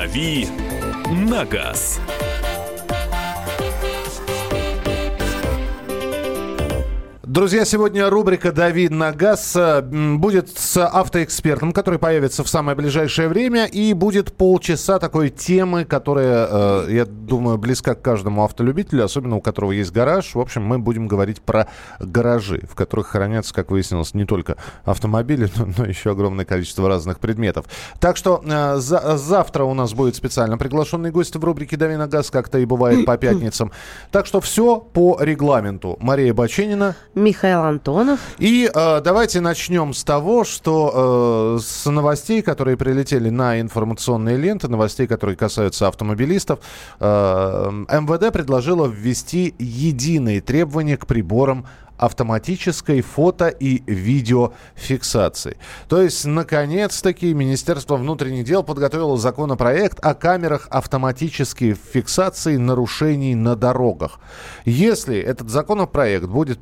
«Дави на газ». Друзья, сегодня рубрика «Дави на газ» будет с автоэкспертом, который появится в самое ближайшее время, и будет полчаса такой темы, которая, я думаю, близка к каждому автолюбителю, особенно у которого есть гараж. В общем, мы будем говорить про гаражи, в которых хранятся, как выяснилось, не только автомобили, но еще огромное количество разных предметов. Так что завтра у нас будет специально приглашенный гость в рубрике «Дави на газ», как-то и бывает по пятницам. Так что все по регламенту. Мария Баченина, Михаил Антонов. И давайте начнем с того, что с новостей, которые прилетели на информационные ленты, новостей, которые касаются автомобилистов, МВД предложило ввести единые требования к приборам автоматической фото- и видеофиксации. То есть, наконец-таки, Министерство внутренних дел подготовило законопроект о камерах автоматической фиксации нарушений на дорогах. Если этот законопроект будет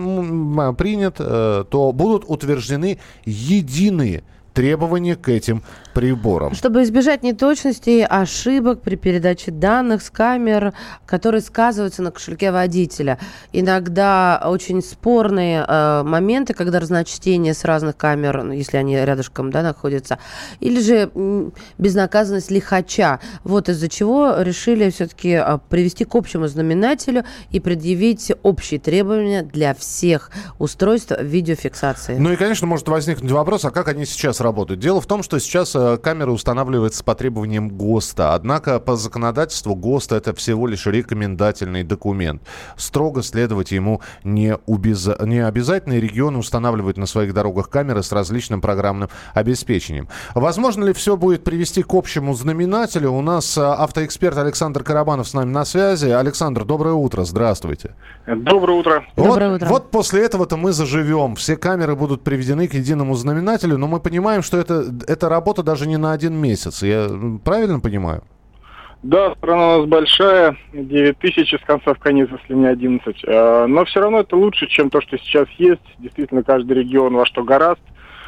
принят, то будут утверждены единые требования к этим приборам. Чтобы избежать неточностей, ошибок при передаче данных с камер, которые сказываются на кошельке водителя. Иногда очень спорные моменты, когда разночтение с разных камер, если они рядышком, да, находятся, или же безнаказанность лихача. Вот из-за чего решили все-таки привести к общему знаменателю и предъявить общие требования для всех устройств видеофиксации. Ну и, конечно, может возникнуть вопрос, а как они сейчас работают? Дело в том, что сейчас камера устанавливается по требованиям ГОСТа. Однако по законодательству ГОСТ — это всего лишь рекомендательный документ. Строго следовать ему не обязательно. И регионы устанавливают на своих дорогах камеры с различным программным обеспечением. Возможно ли все будет привести к общему знаменателю? У нас автоэксперт Александр Карабанов с нами на связи. Александр, доброе утро. Здравствуйте. Доброе утро. Доброе утро. Вот после этого-то мы заживем. Все камеры будут приведены к единому знаменателю, но мы понимаем, что это работа даже не на один месяц. Я правильно понимаю? Да, страна у нас большая, 9 тысяч с конца в конец, если не 11. Но все равно это лучше, чем то, что сейчас есть. Действительно, каждый регион во что горазд.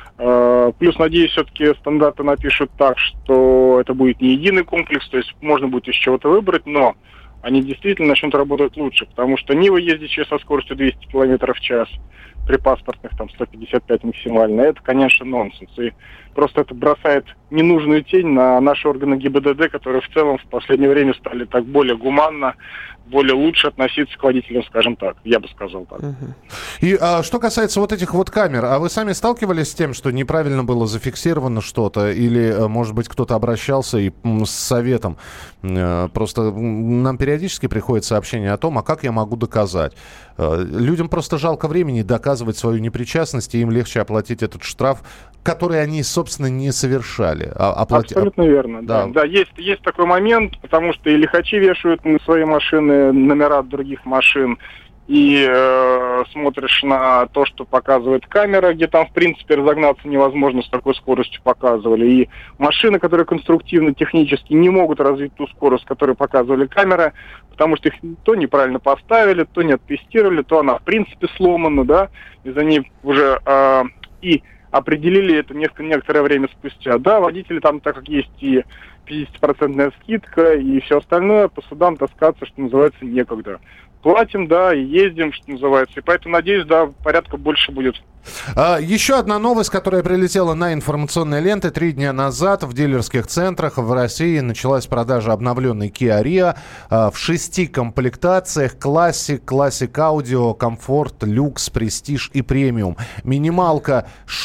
Плюс, надеюсь, все-таки стандарты напишут так, что это будет не единый комплекс, то есть можно будет из чего-то выбрать, но они действительно начнут работать лучше, потому что Нива ездит сейчас со скоростью 200 км в час, при паспортных там 155 максимально. Это, конечно, нонсенс. И просто это бросает ненужную тень на наши органы ГИБДД, которые в целом в последнее время стали так более гуманно, более лучше относиться к водителям, скажем так. Я бы сказал так. И что касается вот этих вот камер, а вы сами сталкивались с тем, что неправильно было зафиксировано что-то? Или, может быть, кто-то обращался и с советом? Просто нам периодически приходит сообщение о том, а как я могу доказать? Людям просто жалко времени доказывать свою непричастность, и им легче оплатить этот штраф, который они, собственно, не совершали. Абсолютно верно. Да, есть такой момент, потому что и лихачи вешают на свои машины номера других машин, и смотришь на то, что показывает камера, где там, в принципе, разогнаться невозможно, с такой скоростью показывали. И машины, которые конструктивно, технически не могут развить ту скорость, которую показывали камеры, потому что их то неправильно поставили, то не оттестировали, то она, в принципе, сломана, да, и за ней уже и определили это некоторое время спустя. Да, водители там, так как есть и 50% скидка, и все остальное, по судам таскаться, что называется, некогда. Платим, да, и ездим, что называется. И поэтому, надеюсь, да, порядка больше будет. Еще одна новость, которая прилетела на информационные ленты. 3 дня назад в дилерских центрах в России началась продажа обновленной Kia Rio в 6 комплектациях: Classic, Classic Audio, Comfort, Luxe, Prestige и Premium. Минималка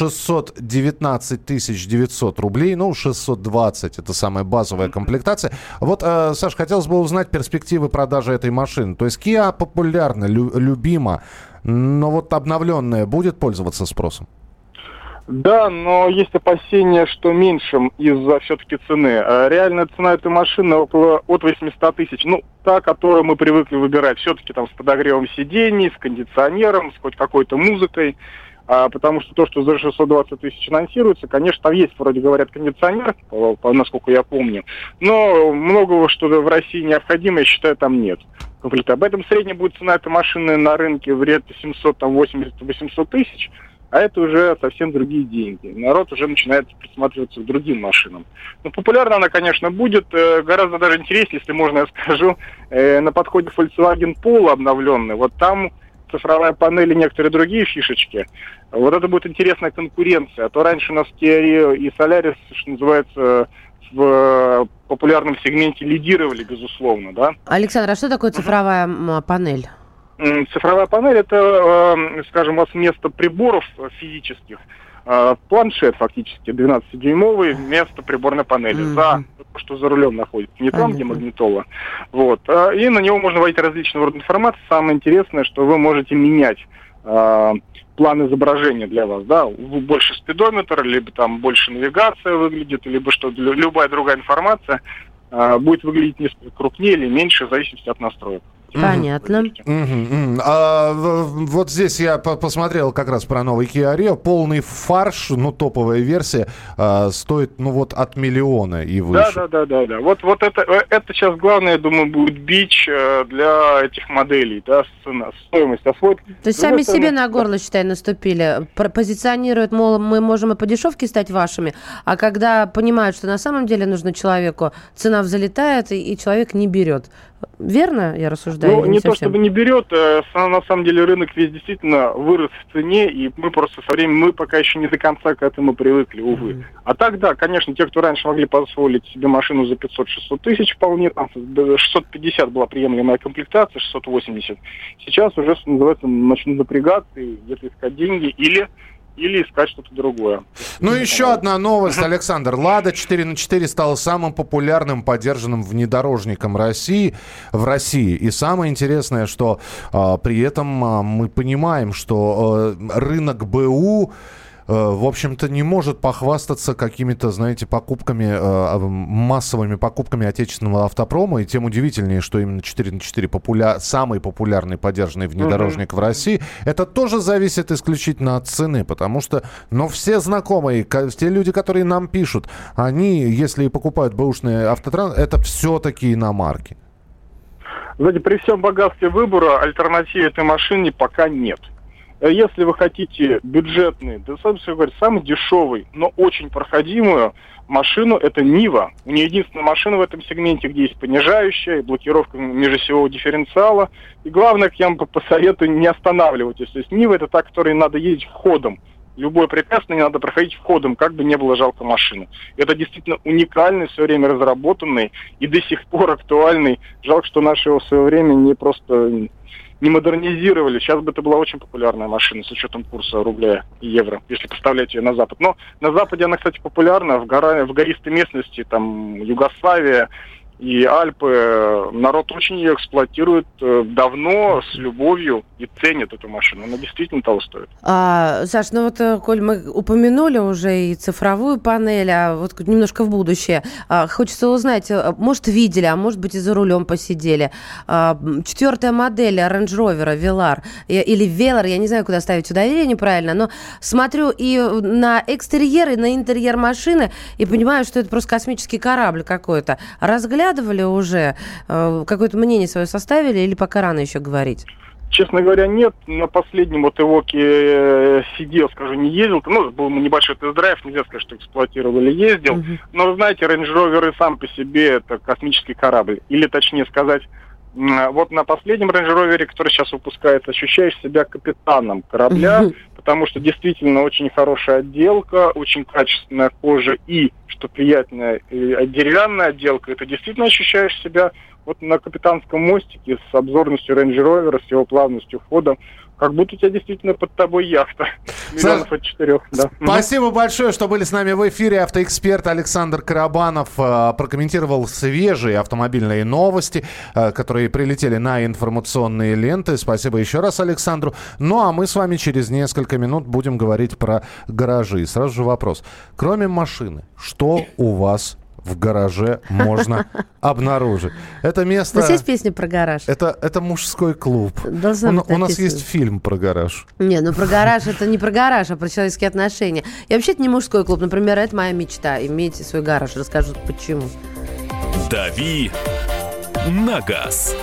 619 900 рублей, 620 это самая базовая комплектация. Вот, Саш, хотелось бы узнать перспективы продажи этой машины. То есть Kia популярна, любима, но вот обновленная будет пользоваться спросом? Да, но есть опасения, что меньшим из-за все-таки цены. Реальная цена этой машины около от 800 тысяч. Та, которую мы привыкли выбирать. Все-таки там с подогревом сидений, с кондиционером, с хоть какой-то музыкой. Потому что то, что за 620 тысяч анонсируется, конечно, там есть, вроде говорят, кондиционер, насколько я помню. Но многого, что в России необходимо, я считаю, там нет. Об этом средняя будет цена этой машины на рынке в ряд 780-800 тысяч. а это уже совсем другие деньги. Народ уже начинает присматриваться к другим машинам. Но популярна она, конечно, будет. Гораздо даже интереснее, если можно, я скажу, на подходе Volkswagen Polo обновленный. Вот там цифровая панель и некоторые другие фишечки. Вот это будет интересная конкуренция. А то раньше у нас Kia Rio и Solaris, что называется, в популярном сегменте лидировали, безусловно, да? Александр, а что такое цифровая панель? Цифровая панель – это, скажем, у вас вместо приборов физических планшет фактически 12-дюймовый вместо приборной панели. Что за рулем находится, не там, где магнитола. Вот. И на него можно вводить различного рода информации. Самое интересное, что вы можете менять план изображения для вас, да, больше спидометр, либо там больше навигация выглядит, либо что любая другая информация будет выглядеть несколько крупнее или меньше, в зависимости от настроек. Понятно. Вот здесь я посмотрел как раз про новый Kia Rio. Полный фарш, топовая версия, стоит, от миллиона и выше. Да. Вот это сейчас главное, я думаю, будет бич для этих моделей, да, стоимость освоить. То есть сами себе на горло, считай, наступили. Позиционируют, мол, мы можем и по дешевке стать вашими, а когда понимают, что на самом деле нужно человеку, цена взлетает, и человек не берет. Верно я рассуждаю? Не то чтобы не берет, на самом деле рынок весь действительно вырос в цене, и мы просто со временем, мы пока еще не до конца к этому привыкли, увы. А так, да, конечно, те, кто раньше могли позволить себе машину за 500-600 тысяч, вполне, там, 650 была приемлемая комплектация, 680. Сейчас уже, что называется, начнут напрягаться и где-то искать деньги или искать что-то другое. Еще одна новость, Александр. «Лада 4х4» стала самым популярным подержанным внедорожником в России. И самое интересное, что при этом мы понимаем, что рынок БУ в общем-то, не может похвастаться какими-то, знаете, покупками, массовыми покупками отечественного автопрома. И тем удивительнее, что именно 4х4 самый популярный подержанный внедорожник в России. Это тоже зависит исключительно от цены, потому что, все знакомые, те люди, которые нам пишут, они, если и покупают бэушный автотранспорт, это все-таки иномарки. Знаете, при всем богатстве выбора альтернативы этой машине пока нет. Если вы хотите бюджетный, самый дешевый, но очень проходимую машину, это Нива. У нее единственная машина в этом сегменте, где есть понижающая, блокировка межосевого дифференциала. И главное, я вам посоветую не останавливайтесь. То есть Нива — это та, которой надо ездить ходом. Любое препятствие надо проходить входом, как бы не было жалко машину. Это действительно уникальный, в свое время разработанный и до сих пор актуальный. Жалко, что наши его в свое время не модернизировали. Сейчас бы это была очень популярная машина с учетом курса рубля и евро, если поставлять ее на Запад. Но на Западе она, кстати, популярна. В гористой местности, там, Югославия и Альпы, народ очень ее эксплуатирует давно, с любовью, и ценит эту машину. Она действительно того стоит. Саш, коль мы упомянули уже и цифровую панель, а вот немножко в будущее, хочется узнать, может, видели, а может быть, и за рулем посидели. 4-я модель Range Rover Velar, или Velar, я не знаю, куда ставить ударение правильно, но смотрю и на экстерьер, и на интерьер машины, и понимаю, что это просто космический корабль какой-то. Разглядывали уже? Какое-то мнение свое составили или пока рано еще говорить? Честно говоря, нет. На последнем Эвоке сидел, не ездил. Был небольшой тест-драйв, нельзя сказать, что эксплуатировал или ездил. Но, вы знаете, Range Rover и сам по себе это космический корабль. Или, точнее сказать, вот на последнем Range Rover, который сейчас выпускается, ощущаешь себя капитаном корабля, потому что действительно очень хорошая отделка, очень качественная кожа и, что приятно, деревянная отделка. Это действительно ощущаешь себя вот на капитанском мостике с обзорностью Range Rover, с его плавностью хода, как будто у тебя действительно под тобой яхта. Миллионов от 4. Да. Спасибо большое, что были с нами в эфире. Автоэксперт Александр Карабанов прокомментировал свежие автомобильные новости, которые прилетели на информационные ленты. Спасибо еще раз Александру. А мы с вами через несколько минут будем говорить про гаражи. И сразу же вопрос. Кроме машины, что у вас в гараже можно обнаружить? Это место... У нас есть песня про гараж? Это мужской клуб. У нас есть фильм про гараж. Не, про гараж это не про гараж, а про человеческие отношения. И вообще это не мужской клуб. Например, это моя мечта. Иметь свой гараж. Расскажу, почему. Дави на газ.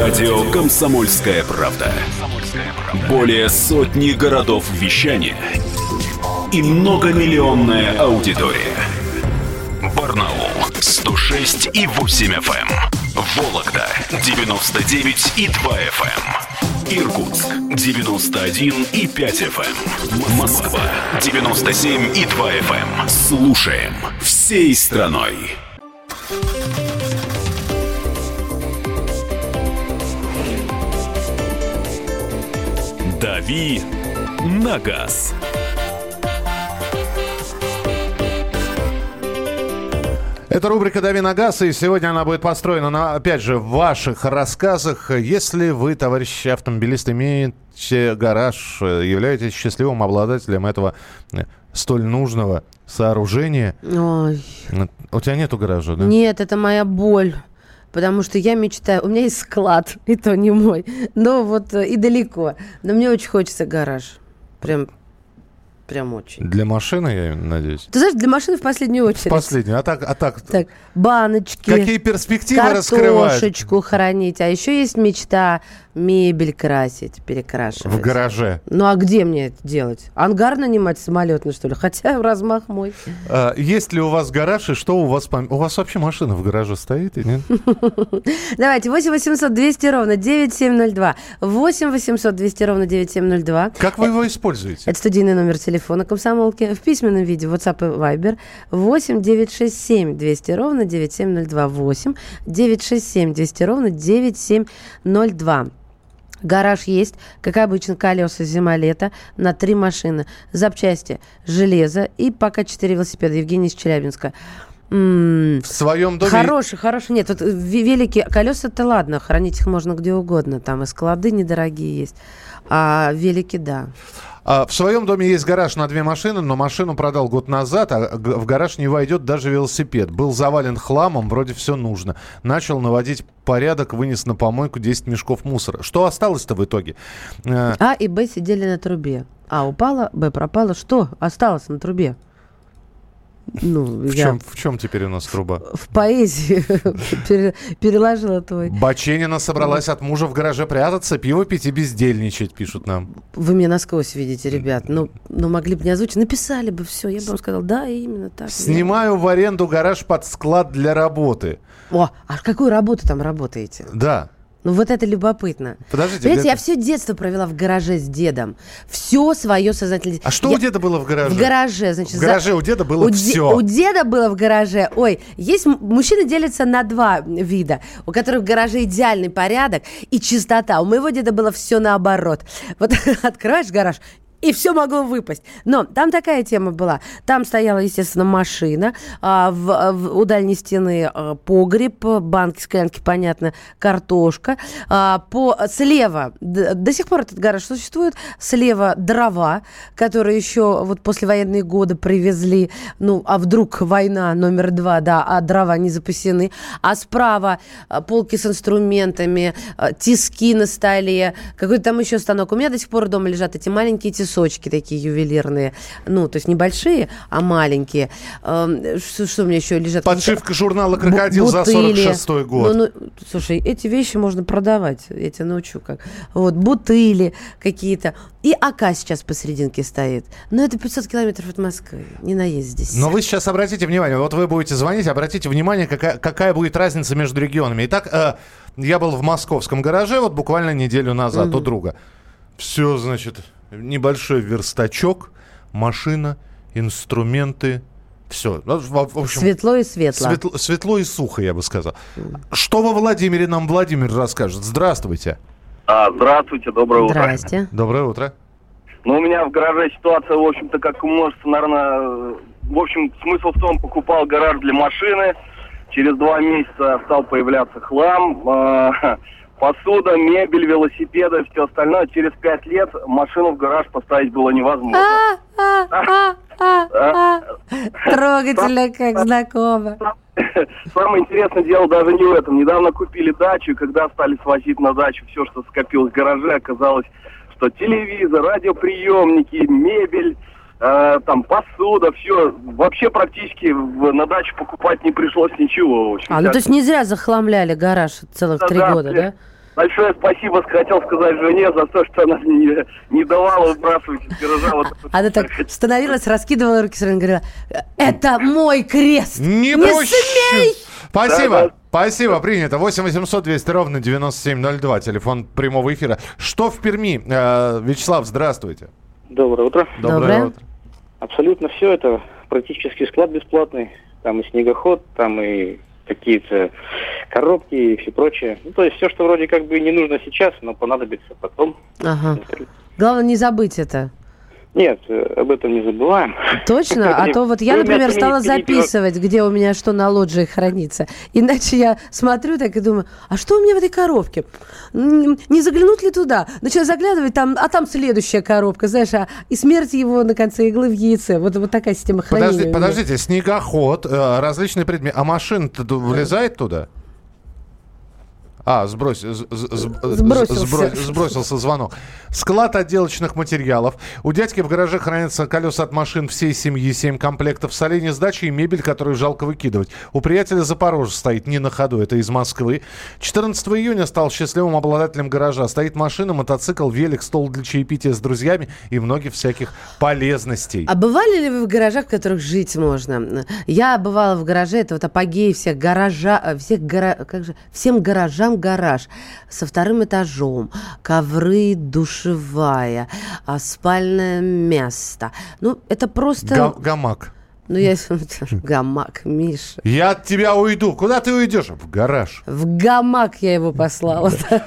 Радио «Комсомольская правда». Более сотни городов вещания и многомиллионная аудитория. Барнаул 106,8 FM. Вологда 99,2 FM. Иркутск 91,5 FM. Москва 97,2 FM. Слушаем всей страной. «Дави на газ». Это рубрика «Дави на газ», и сегодня она будет построена, опять же, в ваших рассказах. Если вы, товарищи автомобилисты, имеете гараж, являетесь счастливым обладателем этого столь нужного сооружения. Ой. У тебя нету гаража, да? Нет, это моя боль. Потому что я мечтаю, у меня есть склад, и то не мой, но вот и далеко. Но мне очень хочется гараж. Прям очень. Для машины, я надеюсь? Ты знаешь, для машины в последнюю очередь. В последнюю, а так... Так, баночки. Какие перспективы раскрывают? Картошечку хранить. А еще есть мечта мебель красить, перекрашивать. В гараже. Ну а где мне это делать? Ангар нанимать самолетный, что ли? Хотя размах мой. Есть ли у вас гараж, и что у вас... У вас вообще машина в гараже стоит, и нет? Давайте, 8 800 200 ровно 9702. 8 800 200 ровно 9702. Как вы его используете? Это студийный номер телефона комсомолки. В письменном виде WhatsApp и Viber 8 967 200 ровно 9702. 8 967 200 ровно 9702. Гараж есть, как обычно, колеса зима-лето на 3 машины. Запчасти, железо и пока 4 велосипеда. Евгений из Челябинска. В своем доме... Хороший. Нет, вот великие колеса-то ладно, хранить их можно где угодно. Там и склады недорогие есть. А велики, да. В своем доме есть гараж на 2 машины, но машину продал год назад, а в гараж не войдет даже велосипед. Был завален хламом, вроде все нужно. Начал наводить порядок, вынес на помойку 10 мешков мусора. Что осталось-то в итоге? А и Б сидели на трубе. А упала, Б пропала. Что осталось на трубе? В чем теперь у нас труба? В поэзии переложила твой. Баченина собралась от мужа в гараже прятаться, пиво пить и бездельничать, пишут нам. Вы меня насквозь видите, ребят. Ну могли бы не озвучить. Написали бы все. Я бы вам сказал, да, именно так. Снимаю в аренду гараж под склад для работы. О, а какую работу там работаете? Да. Ну вот это любопытно. Подождите. Понимаете, я все детство провела в гараже с дедом. Все свое сознательное... А что у деда было в гараже? В гараже, значит... В гараже у деда было все. У деда было в гараже... Ой, есть... Мужчины делятся на 2 вида, у которых в гараже идеальный порядок и чистота. У моего деда было все наоборот. Вот открываешь гараж... И все могло выпасть. Но там такая тема была. Там стояла, естественно, машина. У дальней стены погреб, банки, склянки, понятно, картошка. Слева, до сих пор этот гараж существует, слева дрова, которые еще вот послевоенные годы привезли. Ну, а вдруг война номер 2, да, а дрова не запасены. А справа полки с инструментами, тиски на столе, какой-то там еще станок. У меня до сих пор дома лежат эти маленькие тисочки такие ювелирные, ну, то есть небольшие, а маленькие. Что у меня еще лежат? Подшивка журнала «Крокодил» за 46-й год. Слушай, эти вещи можно продавать, я тебя научу как. Вот, бутыли какие-то. И АК сейчас посерединке стоит. Но это 500 километров от Москвы. Не наезд здесь. Но вы сейчас обратите внимание, вот вы будете звонить, обратите внимание, какая будет разница между регионами. Итак, я был в московском гараже вот буквально неделю назад у друга. Все, значит... Небольшой верстачок, машина, инструменты, все. В общем, светло и светло. Светло и сухо, я бы сказал. Что во Владимире нам Владимир расскажет? Здравствуйте. Здравствуйте, доброе утро. Здрасте. Доброе утро. Ну, у меня в гараже ситуация, в общем-то, как множество, наверное... В общем, смысл в том, покупал гараж для машины, через 2 месяца стал появляться хлам... Посуда, мебель, велосипеды, все остальное. Через 5 лет машину в гараж поставить было невозможно. Трогательно, как знакомо. Самое интересное дело даже не в этом. Недавно купили дачу, и когда стали свозить на дачу все, что скопилось в гараже, оказалось, что телевизор, радиоприемники, мебель, там посуда, все. Вообще практически на дачу покупать не пришлось ничего. В общем, то есть не зря захламляли гараж целых 3 года, да? Большое спасибо хотел сказать жене за то, что она мне не давала выбрасывать из гаража. Вот она так становилась, раскидывала руки, и говорила: это мой крест! Не смей! Спасибо. Да. Спасибо, принято. 8 800 200 ровно 9702, телефон прямого эфира. Что в Перми? Вячеслав, здравствуйте. Доброе утро. Доброе утро. Абсолютно все это. Практически склад бесплатный. Там и снегоход, там и какие-то коробки и все прочее. Ну, то есть все, что вроде как бы не нужно сейчас, но понадобится потом. Ага. Главное не забыть это. Нет, об этом не забываем. Точно? А то вот я, например, стала записывать, где у меня что на лоджии хранится. Иначе я смотрю так и думаю, а что у меня в этой коробке? Не заглянуть ли туда? Начинаю заглядывать, а там следующая коробка, знаешь, и смерть его на конце иглы в яйце. Вот такая система хранения. Подождите, снегоход, различные предметы. А машина-то влезает туда? Сбросился звонок. Склад отделочных материалов. У дядьки в гараже хранятся колеса от машин всей семьи, 7 комплектов, соленья, сдачи и мебель, которую жалко выкидывать. У приятеля Запорожье стоит, не на ходу, это из Москвы. 14 июня стал счастливым обладателем гаража. Стоит машина, мотоцикл, велик, стол для чаепития с друзьями и многих всяких полезностей. А бывали ли вы в гаражах, в которых жить можно? Я бывала в гараже, это вот апогей всем гаражам гараж со 2-м этажом, ковры, душевая, спальное место. Ну, это просто... Гамак. Ну, я... Гамак, Миша. Я от тебя уйду. Куда ты уйдешь? В гараж. В гамак я его послала.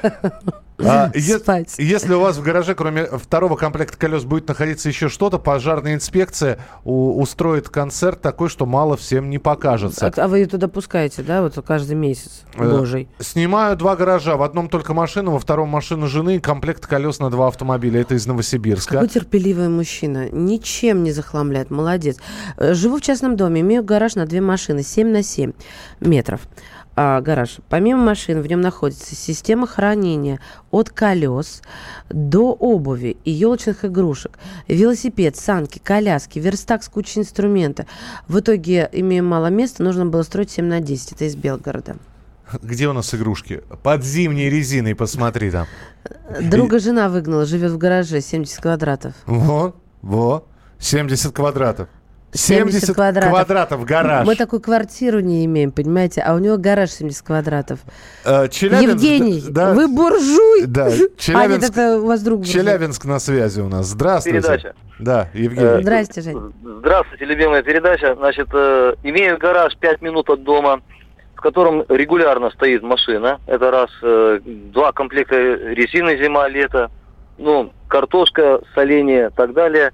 Если у вас в гараже, кроме 2-го комплекта колес, будет находиться еще что-то, пожарная инспекция устроит концерт такой, что мало всем не покажется. А вы ее туда пускаете, да, вот каждый месяц? Божий. Снимаю 2 гаража. В одном только машина, во втором машина жены и комплект колес на 2 автомобиля. Это из Новосибирска. Какой терпеливый мужчина. Ничем не захламляет. Молодец. Живу в частном доме. Имею гараж на 2 машины. 7 на 7 метров. Гараж. Помимо машин в нем находится система хранения от колес до обуви и елочных игрушек, велосипед, санки, коляски, верстак с кучей инструмента. В итоге, имея мало места, нужно было строить 7 на 10. Это из Белгорода. Где у нас игрушки? Под зимней резиной, посмотри там. Друга жена выгнала, живет в гараже, 70 квадратов. Во, 70 квадратов. 70 квадратов гараж. Мы такую квартиру не имеем, понимаете? А у него гараж 70 квадратов. Евгений, вы буржуй? Да, Челябинск, нет, это у вас друг буржуй. Челябинск на связи у нас. Здравствуйте. Передача. Да, Евгений. Здрасте, Жень. Здравствуйте, любимая передача. Значит, имею гараж 5 минут от дома, в котором регулярно стоит машина. Это раз, 2 комплекта резины зима, лето, картошка, соленье и так далее.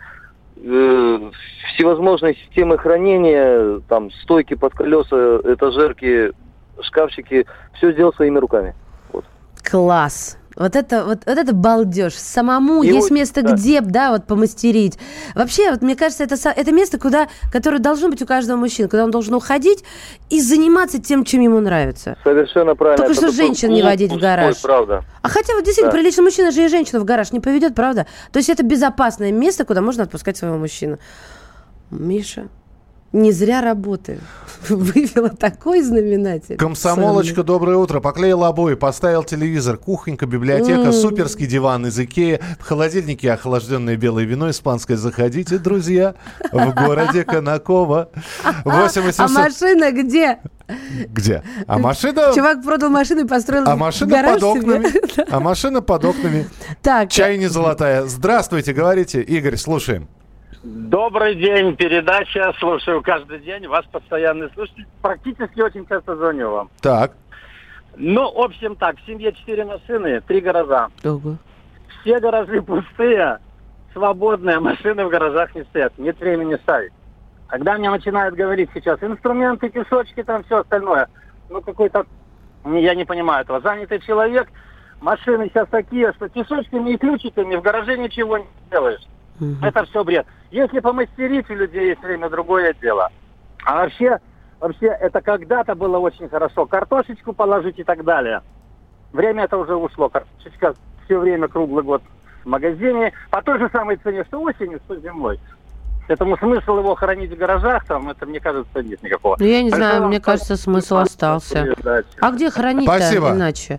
Всевозможные системы хранения, там стойки под колеса, этажерки, шкафчики, все сделал своими руками. Вот. Класс. Вот это балдеж. Самому есть место, где, помастерить. Вообще, мне кажется, это место, которое должно быть у каждого мужчины, куда он должен уходить и заниматься тем, чем ему нравится. Совершенно правильно. Только что женщин не водить в гараж. Правда. А хотя действительно, приличный мужчина же и женщину в гараж не поведет, правда? То есть это безопасное место, куда можно отпускать своего мужчину. Миша, не зря работаю. Вывела такой знаменатель. Комсомолочка, доброе утро. Поклеил обои, поставил телевизор, кухонька, библиотека, суперский диван из Икеи. В холодильнике охлажденное белое вино испанское. Заходите, друзья, в городе Конаково. 8800... А машина где? Где? А машина... Чувак продал машину и построил гараж себе. А машина под окнами. Чай не золотая. Здравствуйте, говорите. Игорь, слушаем. Добрый день, передача, слушаю каждый день, вас постоянный слушатель, практически очень часто звоню вам. Так. В общем так, в семье 4 машины, 3 гаража. Ого. Все гаражи пустые, свободные, машины в гаражах не стоят, нет времени ставить. Когда мне начинают говорить сейчас инструменты, песочки, там все остальное, какой-то, я не понимаю этого, занятый человек, машины сейчас такие, что песочками и ключиками в гараже ничего не делаешь. Это все бред. Если помастерить, у людей есть время, другое дело. А вообще это когда-то было очень хорошо. Картошечку положить и так далее. Время это уже ушло. Картошечка все время, круглый год в магазине. По той же самой цене, что осенью, что зимой. Поэтому смысл его хранить в гаражах, это, мне кажется, нет никакого. Я не знаю, мне кажется, смысл остался. А где хранить-то иначе?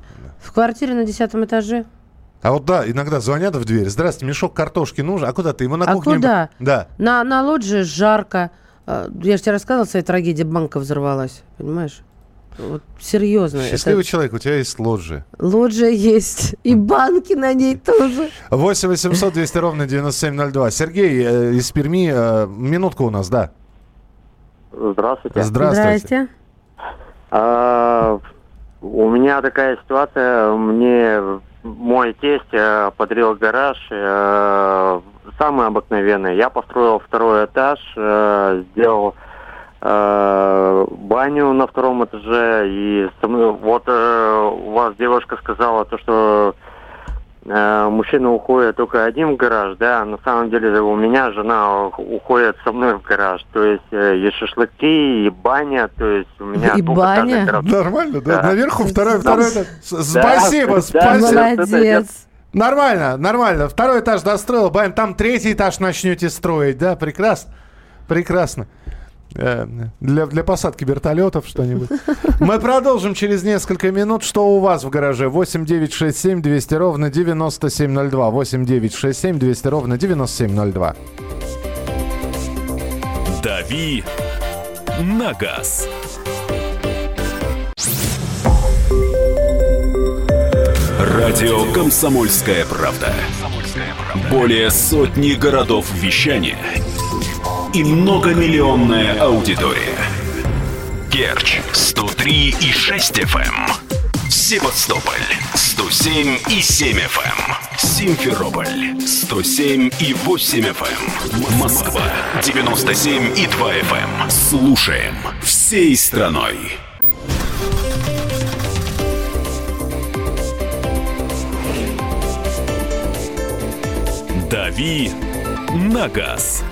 В квартире на 10 этаже. А вот да, иногда звонят в дверь. Здравствуйте, мешок картошки нужен. А куда ты? Ему на кухне... Куда? Да. На лоджии жарко. Я же тебе рассказывала, своя трагедия, банка взорвалась. Понимаешь? Вот серьезно. Счастливый человек, у тебя есть лоджия. Лоджия есть. И банки на ней тоже. 8 800 200 ровно 9702. Сергей из Перми. Минутка у нас, да. Здравствуйте. Здравствуйте. У меня такая ситуация. Мне мой тесть подарил гараж. Самый обыкновенный. Я построил второй этаж, сделал баню на втором этаже. И вот у вас девушка сказала, то, что мужчина уходит только один в гараж, да, на самом деле у меня жена уходит со мной в гараж, то есть и шашлыки, и баня, то есть у меня... И баня? Нормально, да? Наверху второй этаж. Спасибо. Молодец. Нормально. Второй этаж достроил, баня, там третий этаж начнете строить, да? Прекрасно. Для посадки вертолетов что-нибудь. Мы продолжим через несколько минут. Что у вас в гараже? 8 967 200 ровно 9702. 8 967 200 ровно 9702. Дави на газ. Радио «Комсомольская правда». Более сотни городов вещания и многомиллионная аудитория. Керчь 103,6 FM, Севастополь 107,7 FM, Симферополь 107,8 FM, Москва 97,2 FM. Слушаем всей страной. Дави на газ.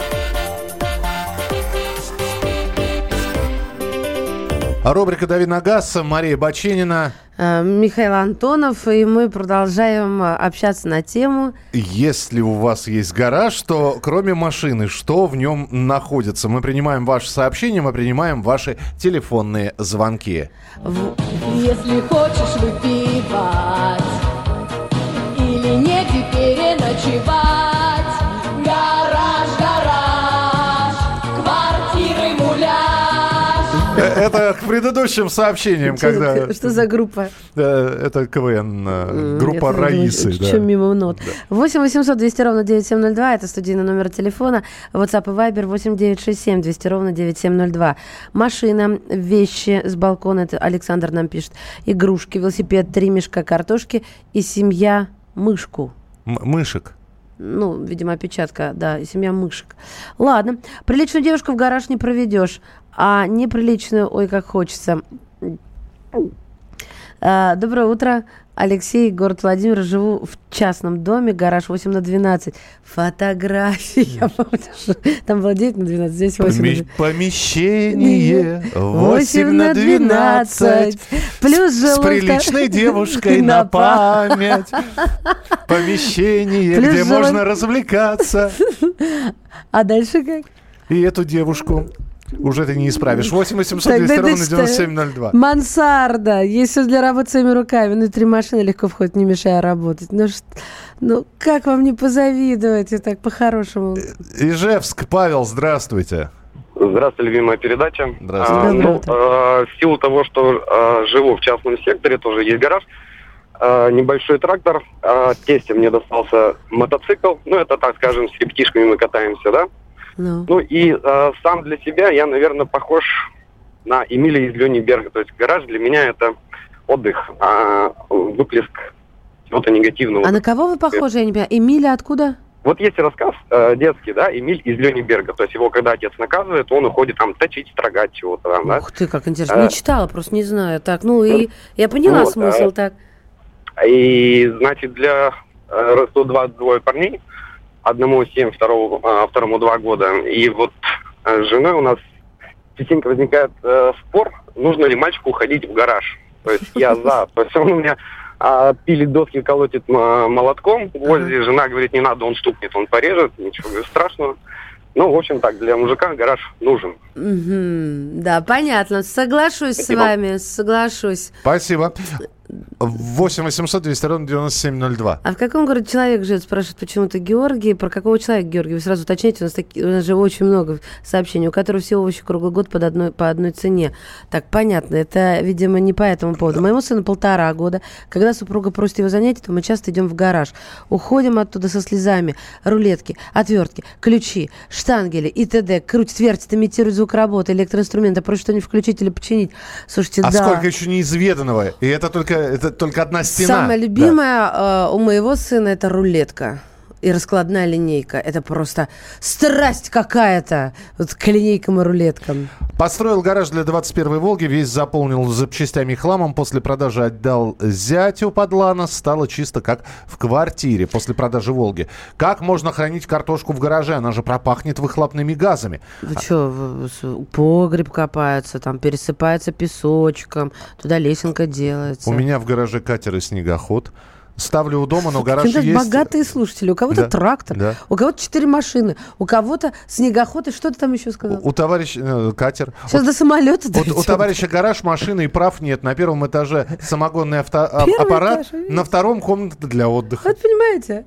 Рубрика «Дави на газ», Мария Баченина, Михаил Антонов, и мы продолжаем общаться на тему. Если у вас есть гараж, то кроме машины, что в нем находится? Мы принимаем ваши сообщения, мы принимаем ваши телефонные звонки. Если хочешь выпивать или негде переночевать, гараж, квартиры муляж. Это к предыдущим сообщениям, когда... Что за группа? Это КВН, группа Раисы. Что мимо нот. 8 800 200 ровно 9702, это студийный номер телефона. WhatsApp и Viber 8 967 200 ровно 9702. Машина, вещи с балкона, это Александр нам пишет. Игрушки, велосипед, 3 мешка картошки и семья мышку. Мышек. Ну, видимо, опечатка, да, и семья мышек. Ладно, приличную девушку в гараж не проведешь, а неприличную, ой, как хочется. Доброе утро, Алексей, город Владимир. Живу в частном доме, гараж 8/12. Фотографии. Там было 9/12, здесь 8/12. Помещение 8/12. Плюс с приличной девушкой на память. Помещение, где можно развлекаться. А дальше как? И эту девушку уже ты не исправишь. 8 800 200 ровно 9702. Мансарда. Есть все для работы своими руками. Внутри машины легко входит, не мешая работать. Ну, как вам не позавидовать? И так по-хорошему. Ижевск. Павел, здравствуйте. Здравствуйте, любимая передача. Здравствуйте. В силу того, что живу в частном секторе, тоже есть гараж, небольшой трактор, тесте мне достался мотоцикл, ну, это, так скажем, с ребятишками мы катаемся, да? Ну и сам для себя я, наверное, похож на Эмиля из Лёниберга. То есть гараж для меня это отдых, выплеск чего-то негативного. А на кого вы похожи, я не понимаю? Эмиля откуда? Вот есть рассказ детский, да, Эмиль из Лёниберга. То есть его, когда отец наказывает, он уходит там точить, строгать чего-то там, да. Ух ты, как интересно. Не читала, просто не знаю. Так, ну и я поняла смысл, так. И, значит, растут двое парней. Одному 7, второму 2 года. И вот с женой у нас частенько возникает спор, нужно ли мальчику уходить в гараж. То есть я за. То есть он у меня пилит доски, колотит молотком. Возле жена говорит, не надо, он стукнет, он порежет, ничего страшного. Ну, в общем так, для мужика гараж нужен. Да, понятно. Соглашусь с вами, соглашусь. Спасибо. 8 800 200 ровно 9702. А в каком городе человек живет? Спрашивает почему-то Георгий. Про какого человека, Георгий? Вы сразу уточняйте. У нас же очень много сообщений, у которых все овощи круглый год по одной цене. Так, понятно. Это, видимо, не по этому поводу. Моему сыну 1,5 года. Когда супруга просит его занятий, то мы часто идем в гараж. Уходим оттуда со слезами. Рулетки, отвертки, ключи, штангели и т.д. Крутит, вертит, имитирует звук работы, электроинструменты. Просит что-нибудь включить или починить. Слушайте, да. Сколько еще неизведанного. И это только одна стена. Самое любимое у моего сына это рулетка и раскладная линейка. Это просто страсть какая-то вот к линейкам и рулеткам. Построил гараж для 21-й «Волги», весь заполнил запчастями и хламом. После продажи отдал зятю под ланос. Стало чисто как в квартире после продажи «Волги». Как можно хранить картошку в гараже? Она же пропахнет выхлопными газами. Вы что, погреб копается, там пересыпается песочком, туда лесенка делается. У меня в гараже катер и снегоход. Ставлю у дома, но гараж есть. Богатые слушатели. У кого-то трактор, у кого-то 4 машины, у кого-то снегоход. И что ты там еще сказал? У товарища катер. Сейчас до самолета дойдем. У товарища гараж, машины и прав нет. На первом этаже самогонный аппарат, на втором комната для отдыха. Вот понимаете?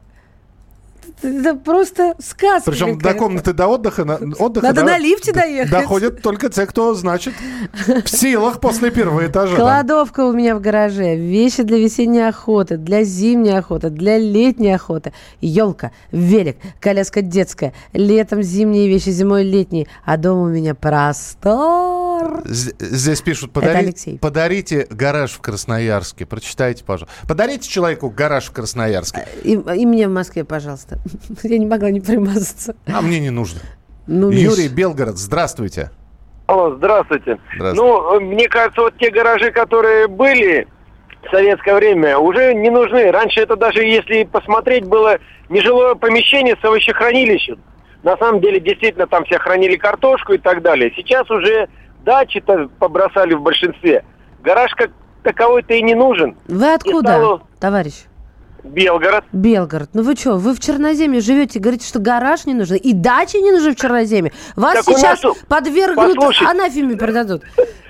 Это просто сказка. Причем до комнаты до отдыха надо на лифте доехать. Доходят только те, кто, значит, в силах после первого этажа. Кладовка у меня в гараже. Вещи для весенней охоты, для зимней охоты, для летней охоты. Елка, велик, коляска детская. Летом зимние вещи, зимой летние. А дома у меня простор. Здесь пишут, подарите гараж в Красноярске. Прочитайте, пожалуйста. Подарите человеку гараж в Красноярске. И мне в Москве, пожалуйста. Я не могла не примазаться. А мне не нужно. Юрий, Белгород, здравствуйте. Алло, здравствуйте. Ну, мне кажется, вот те гаражи, которые были в советское время, уже не нужны. Раньше это даже, если посмотреть, было нежилое помещение с овощехранилищем. На самом деле, действительно, там все хранили картошку и так далее. Сейчас уже дачи-то побросали в большинстве. Гараж как таковой-то и не нужен. Вы откуда, товарищ? Белгород. Белгород. Ну вы что, вы в Черноземье живете, говорите, что гараж не нужен, и дачи не нужны в Черноземье. Вас так сейчас подвергнут, анафеме продадут.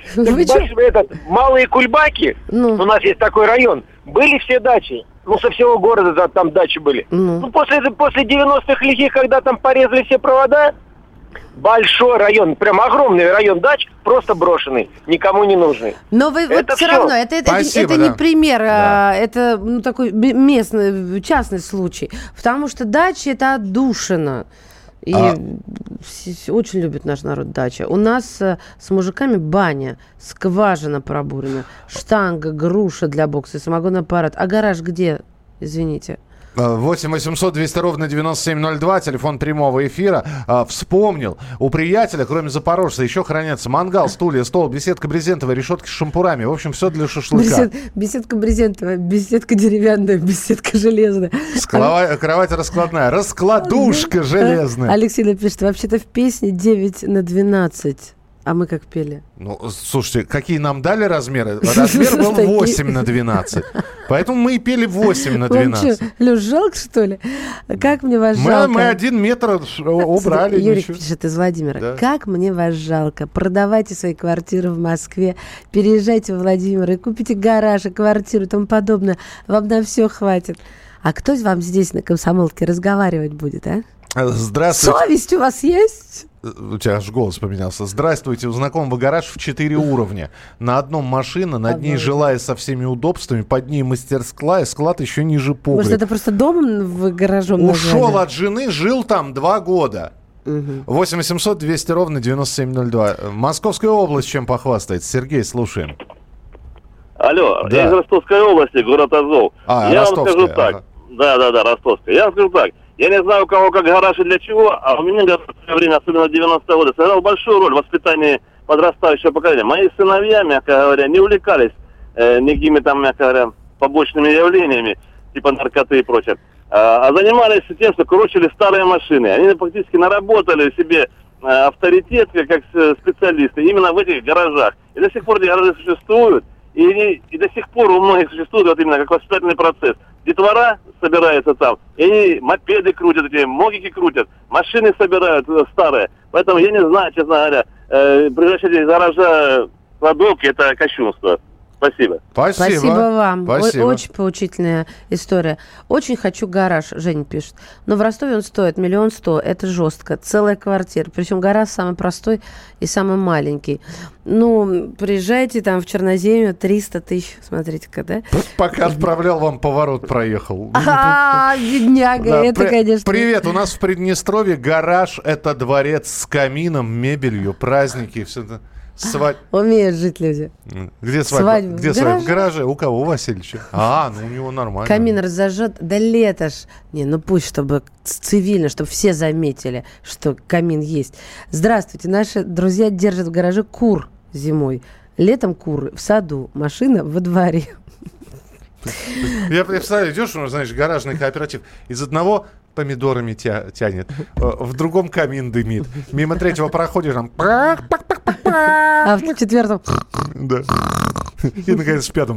Малые Кульбаки, у нас есть такой район, были все дачи. Ну, со всего города там дачи были. Ну, после 90-х лихих, когда там порезали все провода, большой район, прям огромный район дач, просто брошенный, никому не нужный. Но вы вот все равно, это не пример, это такой местный, частный случай. Потому что дача – это отдушина. И очень любит наш народ дача. У нас с мужиками баня, скважина пробурена, штанга, груша для бокса, самогонный аппарат. А гараж где? Извините. 8 800 200 ровно 9702, телефон прямого эфира. Вспомнил, у приятеля, кроме запорожца, еще хранятся мангал, стулья, стол, беседка брезентовая, решетки с шампурами. В общем, все для шашлыка. Беседка брезентовая, беседка деревянная, беседка железная. Кровать раскладная, раскладушка железная. Алексей напишет, вообще-то в песне 9/12. А мы как пели? Ну, слушайте, какие нам дали размеры? Размер был 8/12. Поэтому мы и пели 8/12. Лёш, жалко, что ли? Как мне вас жалко? Мы 1 метр убрали. Юрий пишет из Владимира. Да. Как мне вас жалко. Продавайте свои квартиры в Москве, переезжайте в Владимир и купите гараж, и квартиру и тому подобное. Вам на все хватит. А кто вам здесь на Комсомолке разговаривать будет, а? Здравствуйте. Совесть у вас есть? У тебя аж голос поменялся. Здравствуйте. У знакомого гараж в 4 уровня. На одном машина, над ней жилая со всеми удобствами, под ней мастерская, склад еще ниже погреб. Может, это просто дом в гаражом Ушел назвали? От жены, жил там 2 года. 8 800 200 ровно 9702. Московская область чем похвастается? Сергей, слушаем. Алло, я из Ростовской области, город Азов. Я вам скажу так. Да, Ростовская. Я вам скажу так. Я не знаю, у кого как гараж и для чего, а у меня в свое время, особенно в 90-е годы, сыграл большую роль в воспитании подрастающего поколения. Мои сыновья, мягко говоря, не увлекались никакими там, мягко говоря, побочными явлениями, типа наркоты и прочее, а занимались тем, что кручили старые машины. Они фактически наработали себе авторитет как специалисты именно в этих гаражах. И до сих пор эти гаражи существуют, и до сих пор у многих существует вот именно как воспитательный процесс. Детвора собирается там, и они мопеды крутят, эти могики крутят, машины собирают старые. Поэтому я не знаю, честно говоря, превращать из гаража в кладовки — это кощунство. Спасибо. Спасибо вам. Спасибо. Очень поучительная история. Очень хочу гараж, Женя пишет. Но в Ростове он стоит 1 100 000. Это жестко. Целая квартира. Причем гараж самый простой и самый маленький. Ну, приезжайте там в Черноземью, 300 000. Смотрите-ка, да? Пока отправлял, вам поворот проехал. Бедняга, да, это, конечно. Привет, у нас в Приднестровье гараж – это дворец с камином, мебелью, праздники, все это. Умеют жить люди. Где свадьба? Где свадьба? В гараже. У кого? У Васильевича. Ну у него нормально. Камин разожжет. Да лето ж. Не, ну пусть, чтобы цивильно, чтобы все заметили, что камин есть. Здравствуйте. Наши друзья держат в гараже кур зимой. Летом куры в саду, машина во дворе. Я представляю, идешь, знаешь, гаражный кооператив. Из одного помидорами тянет, в другом камин дымит. Мимо третьего проходишь, там... А в четвертом... Да. И, наконец, в пятом...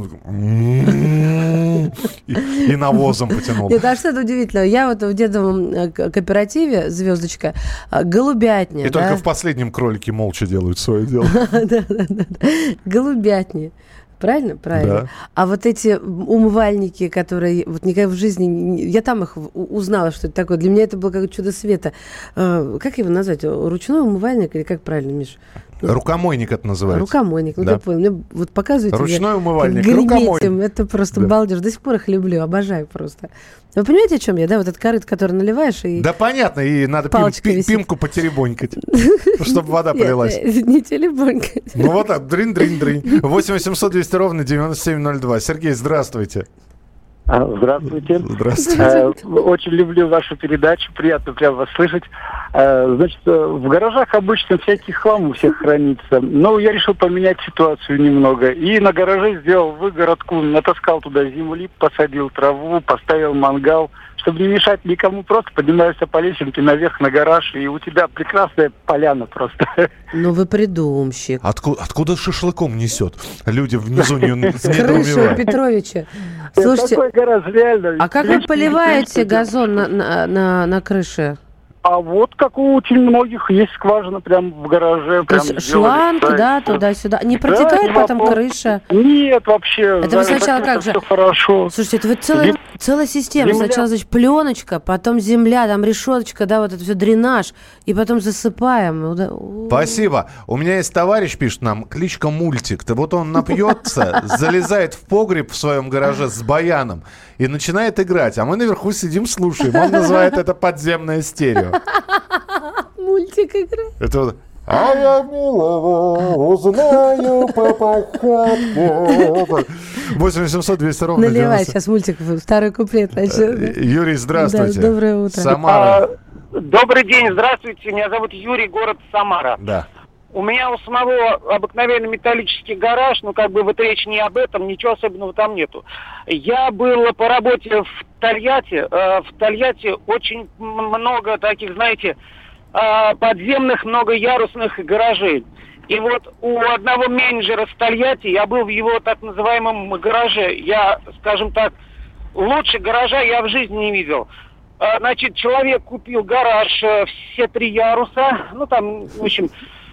И навозом потянул. Нет, а что это удивительно? Я вот в дедовом кооперативе «Звездочка» голубятня. И только в последнем кролике молча делают свое дело. Да. Голубятня. Правильно? Правильно. Да. А вот эти умывальники, которые вот никогда в жизни... Я там их узнала, что это такое. Для меня это было как чудо света. Как его назвать? Ручной умывальник или как правильно, Миш? Рукомойник это называется. Рукомойник, да. Ты понял. Мне вот показываете. Ручной умывальник, рукомойник. Это просто балдеж. До сих пор их люблю, обожаю просто. Вы понимаете, о чем я, да? Вот этот корыт, который наливаешь и... Да, понятно, и надо пимку потеребонькать, чтобы вода полилась. Не теребонькать. Ну вот так, дрынь-дрынь-дрынь. 8 800 200 ровно 9702. Сергей, здравствуйте. Здравствуйте. Здравствуйте. Очень люблю вашу передачу, приятно прям вас слышать. Значит, в гаражах обычно всякий хлам у всех хранится. Но я решил поменять ситуацию немного. И на гараже сделал выгородку, натаскал туда земли, посадил траву, поставил мангал. Чтобы не мешать никому, просто поднимаешься по лесенке наверх на гараж, и у тебя прекрасная поляна просто. Ну вы придумщик. Откуда шашлыком несет? Люди внизу не крыша у Петровича. Слушайте, такой гараж реально. А как вы поливаете газон на крыше? А вот как у очень многих есть скважина прямо в гараже. То есть шланг, да, туда-сюда. Не протекает потом крыша? Нет, вообще. Это вы сначала как же? Хорошо. Слушайте, это вы целая система. Земля. Сначала, значит, пленочка, потом земля, там решеточка, да, вот это все дренаж, и потом засыпаем. Спасибо. У меня есть товарищ, пишет нам, кличка Мультик. Вот он напьется, залезает в погреб в своем гараже с баяном и начинает играть. А мы наверху сидим, слушаем. Он называет это подземное стерео. Мультик играет. Это вот... А я милого узнаю по походке. 8 200 ровно. Наливай, сейчас мультик, второй куплет начнет. Юрий, здравствуйте. Да, доброе утро. Самара. Добрый день, здравствуйте. Меня зовут Юрий, город Самара. Да. У меня у самого обыкновенный металлический гараж, но как бы вот речь не об этом, ничего особенного там нету. Я был по работе в Тольятти. В Тольятти очень много таких, знаете, подземных, многоярусных гаражей. И вот у одного менеджера в Тольятти, я был в его так называемом гараже. Я, скажем так, лучше гаража я в жизни не видел. Значит, человек купил гараж, все 3 яруса, ну там, в общем...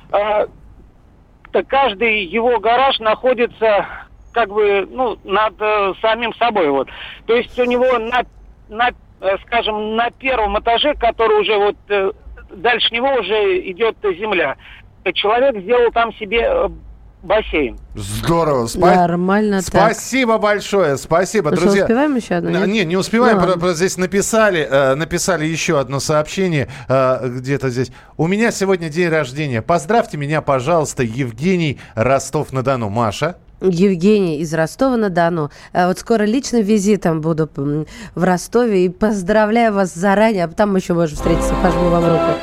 каждый его гараж находится как бы, ну, над самим собой, вот. То есть у него скажем, на первом этаже, который уже вот дальше него уже идет земля, человек сделал там себе бассейн. Здорово. Нормально. Спасибо большое. Спасибо, ну, друзья. Успеваем еще одно? Не успеваем. Здесь написали еще одно сообщение. Где-то здесь. У меня сегодня день рождения. Поздравьте меня, пожалуйста, Евгений, Ростов-на-Дону. Маша? Евгений из Ростова-на-Дону. Вот скоро личным визитом буду в Ростове. И поздравляю вас заранее. А там еще можем встретиться. Пожму вам руку.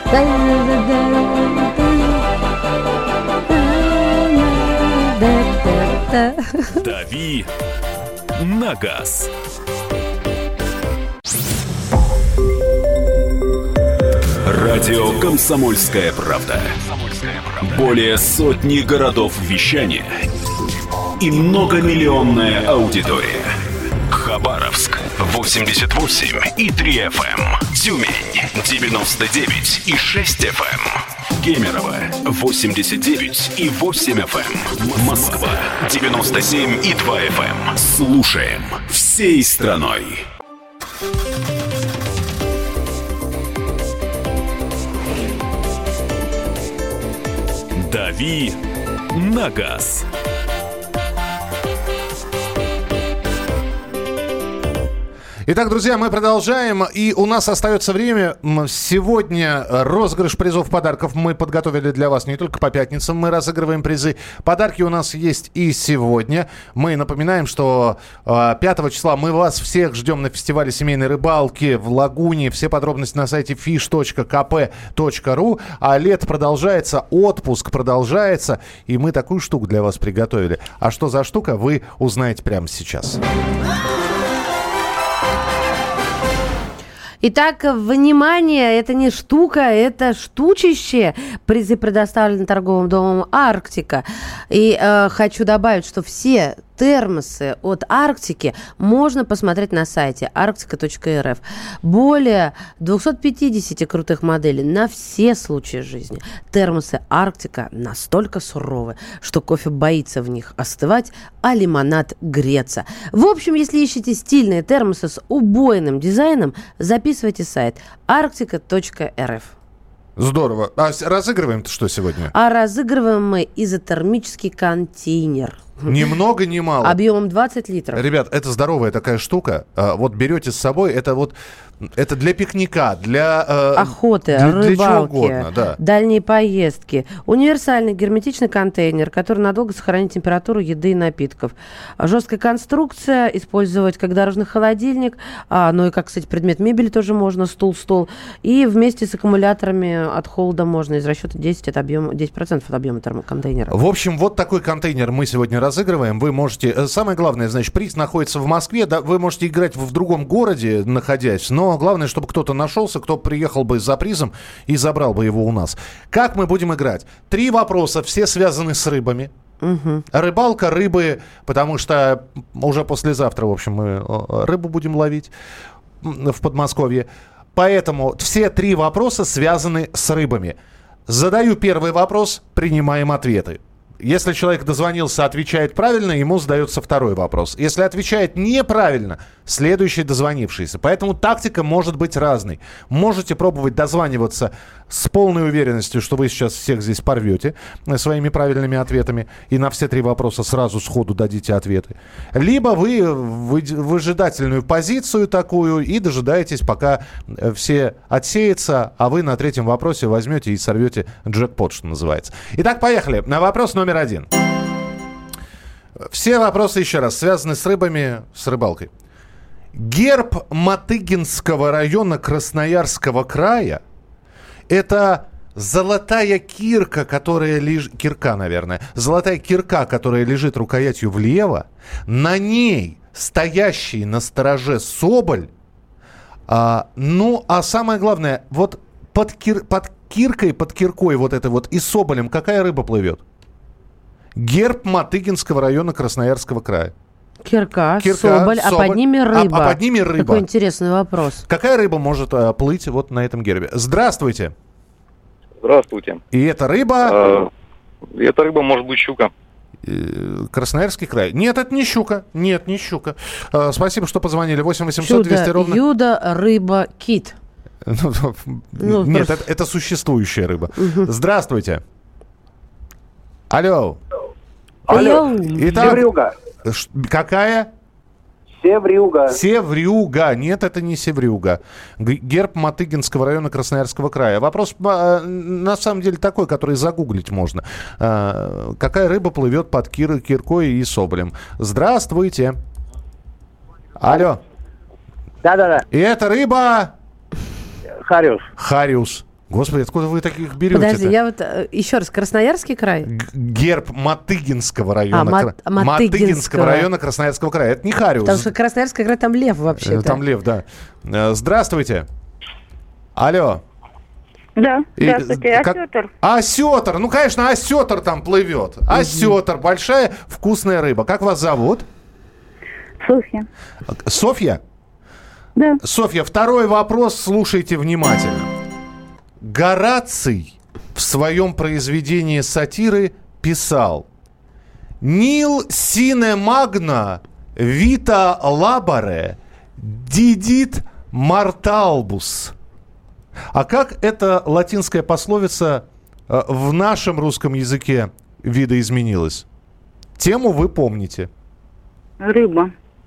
Дави на газ. Радио «Комсомольская правда». Более сотни городов вещания и многомиллионная аудитория. Хабаровск 88,3 FM. Тюмень 99,6 FM. Кемерово 89,8 FM. Москва 97,2 FM. Слушаем всей страной. «Дави на газ». Итак, друзья, мы продолжаем, и у нас остается время. Сегодня розыгрыш призов, подарков мы подготовили для вас не только по пятницам, мы разыгрываем призы. Подарки у нас есть и сегодня. Мы напоминаем, что 5 числа мы вас всех ждем на фестивале семейной рыбалки в Лагуне. Все подробности на сайте fish.kp.ru. А лето продолжается, отпуск продолжается, и мы такую штуку для вас приготовили. А что за штука, вы узнаете прямо сейчас. Итак, внимание, это не штука, это штучище. Призы предоставлены торговым домом «Арктика». И хочу добавить, что все термосы от «Арктики» можно посмотреть на сайте arctica.rf. Более 250 крутых моделей на все случаи жизни. Термосы «Арктика» настолько суровы, что кофе боится в них остывать, а лимонад греться. В общем, если ищете стильные термосы с убойным дизайном, записывайте сайт arctica.rf. Здорово. А разыгрываем-то что сегодня? А разыгрываем мы изотермический контейнер. Ни много, ни мало. Объемом 20 литров. Ребят, это здоровая такая штука. Вот берете с собой, это для пикника, для охоты, рыбалки, для чего угодно, да. Дальние поездки. Универсальный герметичный контейнер, который надолго сохранит температуру еды и напитков. Жесткая конструкция, использовать как дорожный холодильник, ну и как, кстати, предмет мебели тоже можно, стул, стол. И вместе с аккумуляторами от холода можно из расчета 10% от объема термоконтейнера. В общем, вот такой контейнер мы сегодня разыгрываем. Вы можете... Самое главное, значит, приз находится в Москве. Да, вы можете играть в другом городе, находясь, но главное, чтобы кто-то нашелся, кто приехал бы за призом и забрал бы его у нас. Как мы будем играть? 3 вопроса, все связаны с рыбами. Угу. Рыбалка, рыбы, потому что уже послезавтра, в общем, мы рыбу будем ловить в Подмосковье. Поэтому все 3 вопроса связаны с рыбами. Задаю первый вопрос, принимаем ответы. Если человек дозвонился, отвечает правильно, ему задается второй вопрос. Если отвечает неправильно, следующий дозвонившийся. Поэтому тактика может быть разной. Можете пробовать дозваниваться с полной уверенностью, что вы сейчас всех здесь порвете своими правильными ответами и на все 3 вопроса сразу сходу дадите ответы. Либо вы в выжидательную позицию такую и дожидаетесь, пока все отсеются, а вы на 3-м вопросе возьмете и сорвете джекпот, что называется. Итак, поехали. На вопрос номер 1. Все вопросы, еще раз, связаны с рыбами, с рыбалкой. Герб Матыгинского района Красноярского края — это золотая кирка, которая лежит... Кирка, наверное. Золотая кирка, которая лежит рукоятью влево. На ней стоящий на стороже соболь. А самое главное, вот под киркой, под киркой вот этой вот и соболем какая рыба плывет? Герб Матыгинского района Красноярского края. Кирка, соболь, а под ними рыба. А под ними рыба. Какой интересный вопрос. Какая рыба может плыть вот на этом гербе? Здравствуйте. Здравствуйте. И эта рыба... Эта рыба может быть щука. Красноярский край. Нет, это не щука. Нет, не щука. Спасибо, что позвонили. 8 800 200 ровно... Юда, рыба, кит. Нет, это существующая рыба. Здравствуйте. Алло. Итак, Севрюга. Какая? Севрюга. Севрюга. Нет, это не севрюга. Герб Матыгинского района Красноярского края. Вопрос, на самом деле, такой, который загуглить можно. Какая рыба плывет под киркой и соболем? Здравствуйте. Алло. Да-да-да. И эта рыба... Хариус. Хариус. Господи, откуда вы таких берете-то? Подожди, я вот еще раз, Красноярский край? Герб Матыгинского района. Матыгинского района Красноярского края. Это не Хариус. Потому что Красноярский край, там лев вообще-то. Там лев, да. Здравствуйте. Алло. Да, здравствуйте. Осетр. Осетр. Ну, конечно, осетр там плывет. Осетр. Большая вкусная рыба. Как вас зовут? Софья. Софья? Да. Софья, второй вопрос. Слушайте внимательно. Гораций в своем произведении сатиры писал: «Нил сине магна вита лаборе дидит морталбус». А как эта латинская пословица в нашем русском языке видоизменилась? Тему вы помните. Рыба.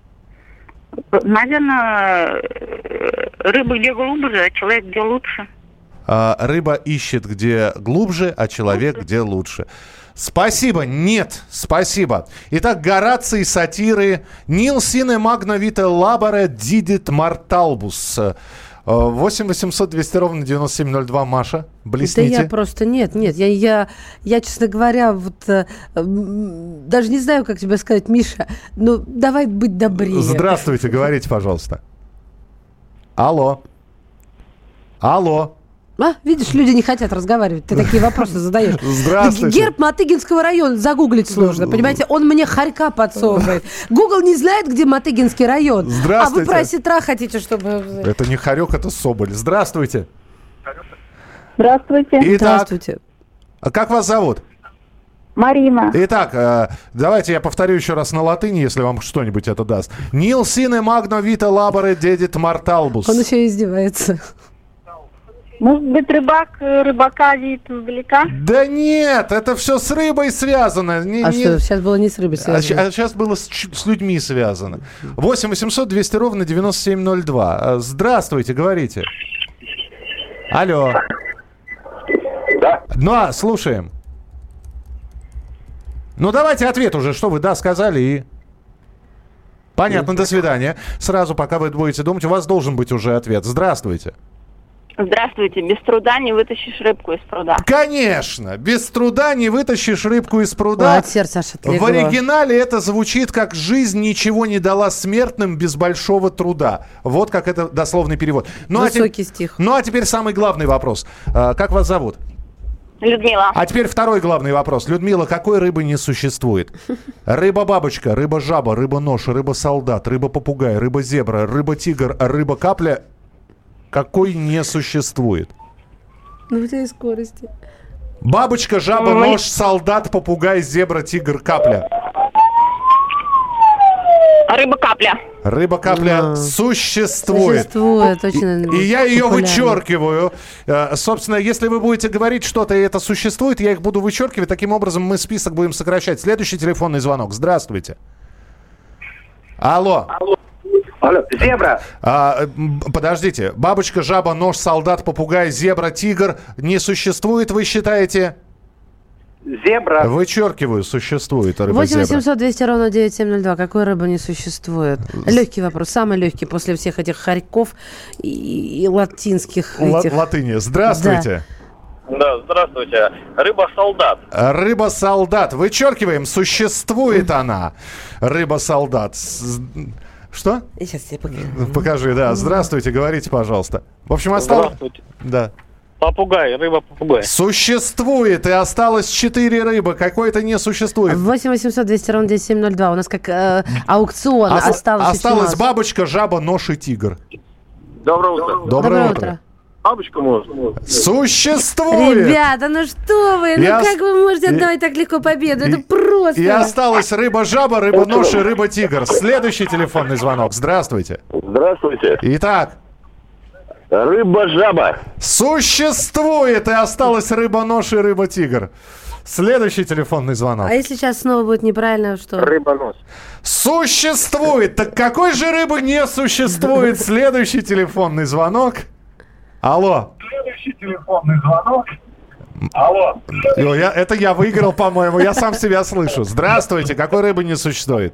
Наверное, рыба где глубже, а человек где лучше. Рыба ищет где глубже, а человек где лучше. Спасибо. Нет, спасибо. Итак, Гораций, сатиры. Нил сине магна вита лаборе дидит морталбус. 8 800 200 ровно 9702. Маша, блесните. Да я просто... Нет. Я, честно говоря, вот даже не знаю, как тебе сказать, Миша. Ну, давай быть добрее. Здравствуйте, говорите, пожалуйста. Алло. Видишь, люди не хотят разговаривать. Ты такие вопросы задаешь. Здравствуйте. Герб Мотыгинского района загуглить сложно. Понимаете, он мне хорька подсовывает. Гугл не знает, где Мотыгинский район. Здравствуйте. А вы про осетра хотите, чтобы... Это не хорек, это соболь. Здравствуйте. Здравствуйте. Итак, Здравствуйте. А как вас зовут? Марина. Итак, давайте я повторю еще раз на латыни, если вам что-нибудь это даст. Nil sine magno vita labore dedit mortalbus. Он еще издевается. Может быть, рыбака видит издалека? Да нет, это все с рыбой связано. Что, сейчас было не с рыбой связано? А сейчас было с людьми связано. 8 800 200 ровно 9702. Здравствуйте, говорите. Алло. Да. Слушаем. Давайте ответ уже, что вы сказали и... Понятно, до свидания. Сразу, пока вы будете думать, у вас должен быть уже ответ. Здравствуйте. Здравствуйте. Без труда не вытащишь рыбку из пруда. Конечно! Без труда не вытащишь рыбку из пруда. Ой, от сердца аж отлегло. В оригинале это звучит как «жизнь ничего не дала смертным без большого труда». Вот как это дословный перевод. Высокий стих. А теперь самый главный вопрос. Как вас зовут? Людмила. А теперь второй главный вопрос. Людмила, какой рыбы не существует? Рыба-бабочка, рыба-жаба, рыба-нож, рыба-солдат, рыба-попугай, рыба-зебра, рыба-тигр, рыба-капля... Какой не существует? У тебя и скорости. Бабочка, жаба, нож, солдат, попугай, зебра, тигр, капля. Рыба-капля. Рыба-капля существует. Существует, очень И я ее популярно. вычеркиваю. Собственно, если вы будете говорить что-то, и это существует, я их буду вычеркивать. Таким образом, мы список будем сокращать. Следующий телефонный звонок. Здравствуйте. Алло. Алло, зебра. Подождите. Бабочка, жаба, нож, солдат, попугай, зебра, тигр не существует, вы считаете? Зебра. Вычеркиваю, существует рыба 8 зебра. 800 200 ровно 9702. Какой рыбы не существует? Легкий вопрос. Самый легкий после всех этих хорьков и латинских этих. Латыни. Здравствуйте. Да, здравствуйте. Рыба-солдат. Рыба-солдат. Вычеркиваем. Существует она. Рыба-солдат. Что? Сейчас я покажу. Покажи, да. Здравствуйте, говорите, пожалуйста. В общем, осталось... Здравствуйте. Да. Попугай, рыба-попугай. Существует, и осталось 4 рыбы. Какой-то не существует. 8 800 200 ровно 9702. У нас как аукцион. Осталась бабочка, жаба, нож и тигр. Доброе утро. Доброе утро. Бабочка может. Существует! Ребята, ну что вы? Как вы можете отдавать так легко победу? Это просто... И осталась рыба-жаба, рыба-нож и рыба-тигр. Следующий телефонный звонок. Здравствуйте. Здравствуйте. Итак. Рыба-жаба. Существует, и осталась рыба-нож и рыба-тигр. Следующий телефонный звонок. А если сейчас снова будет неправильно, что? Рыба-нос. Существует! Так какой же рыбы не существует? Следующий телефонный звонок. Алло. Следующий телефонный звонок. Алло. Это я выиграл, по-моему. Я сам себя слышу. Здравствуйте. Какой рыбы не существует?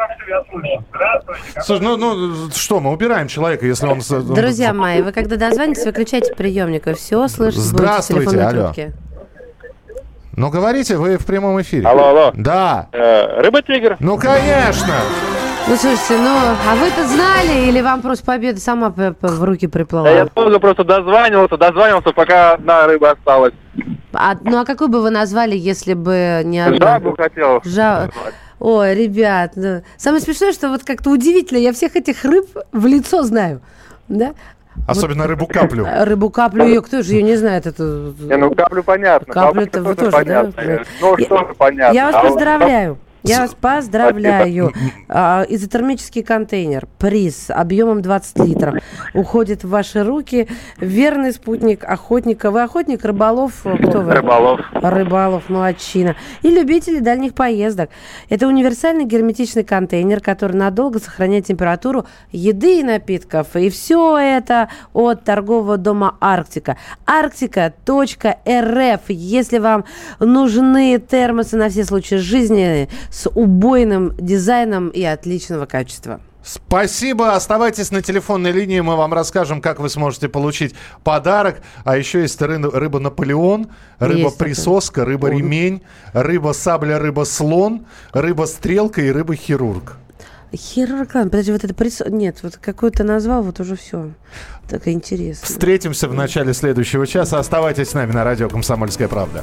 Слушай, что, мы убираем человека, если он... Друзья мои, вы когда дозвонитесь, выключайте приемник, и все слышите. Здравствуйте, алло. Ну, говорите, вы в прямом эфире. Алло. Да. Рыба-тигр. Ну, конечно. Ну, слушайте, а вы-то знали, или вам просто победа сама в руки приплыла? Да я долго просто дозванивался, пока одна рыба осталась. А какой бы вы назвали, если бы не одна? Жабу хотел. Ой, ребят, самое смешное, что вот как-то удивительно, я всех этих рыб в лицо знаю, да? Особенно рыбу-каплю. Рыбу-каплю, ее кто же ее не знает? Это... каплю понятно. Каплю-то вы тоже, понятно. да? Ну, что понятно. Я вас поздравляю. Я вас поздравляю. Изотермический контейнер, приз объемом 20 литров уходит в ваши руки. Верный спутник охотника. Вы охотник, рыболов? Кто вы? Рыболов. Рыболов, молодчина. И любители дальних поездок. Это универсальный герметичный контейнер, который надолго сохраняет температуру еды и напитков. И все это от торгового дома «Арктика». Arctica.rf. Если вам нужны термосы на все случаи жизни, с убойным дизайном и отличного качества. Спасибо. Оставайтесь на телефонной линии. Мы вам расскажем, как вы сможете получить подарок. А еще есть рыба Наполеон, рыба-присоска, рыба-ремень, рыба-сабля, рыба-слон, рыба-стрелка и рыба-хирург. Хирург, ладно, подожди, вот это нет, вот какой-то назвал, вот уже все. Так интересно. Встретимся в начале следующего часа. Оставайтесь с нами на радио «Комсомольская правда».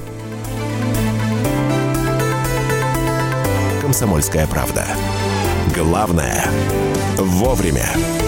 «Комсомольская правда». Главное – вовремя.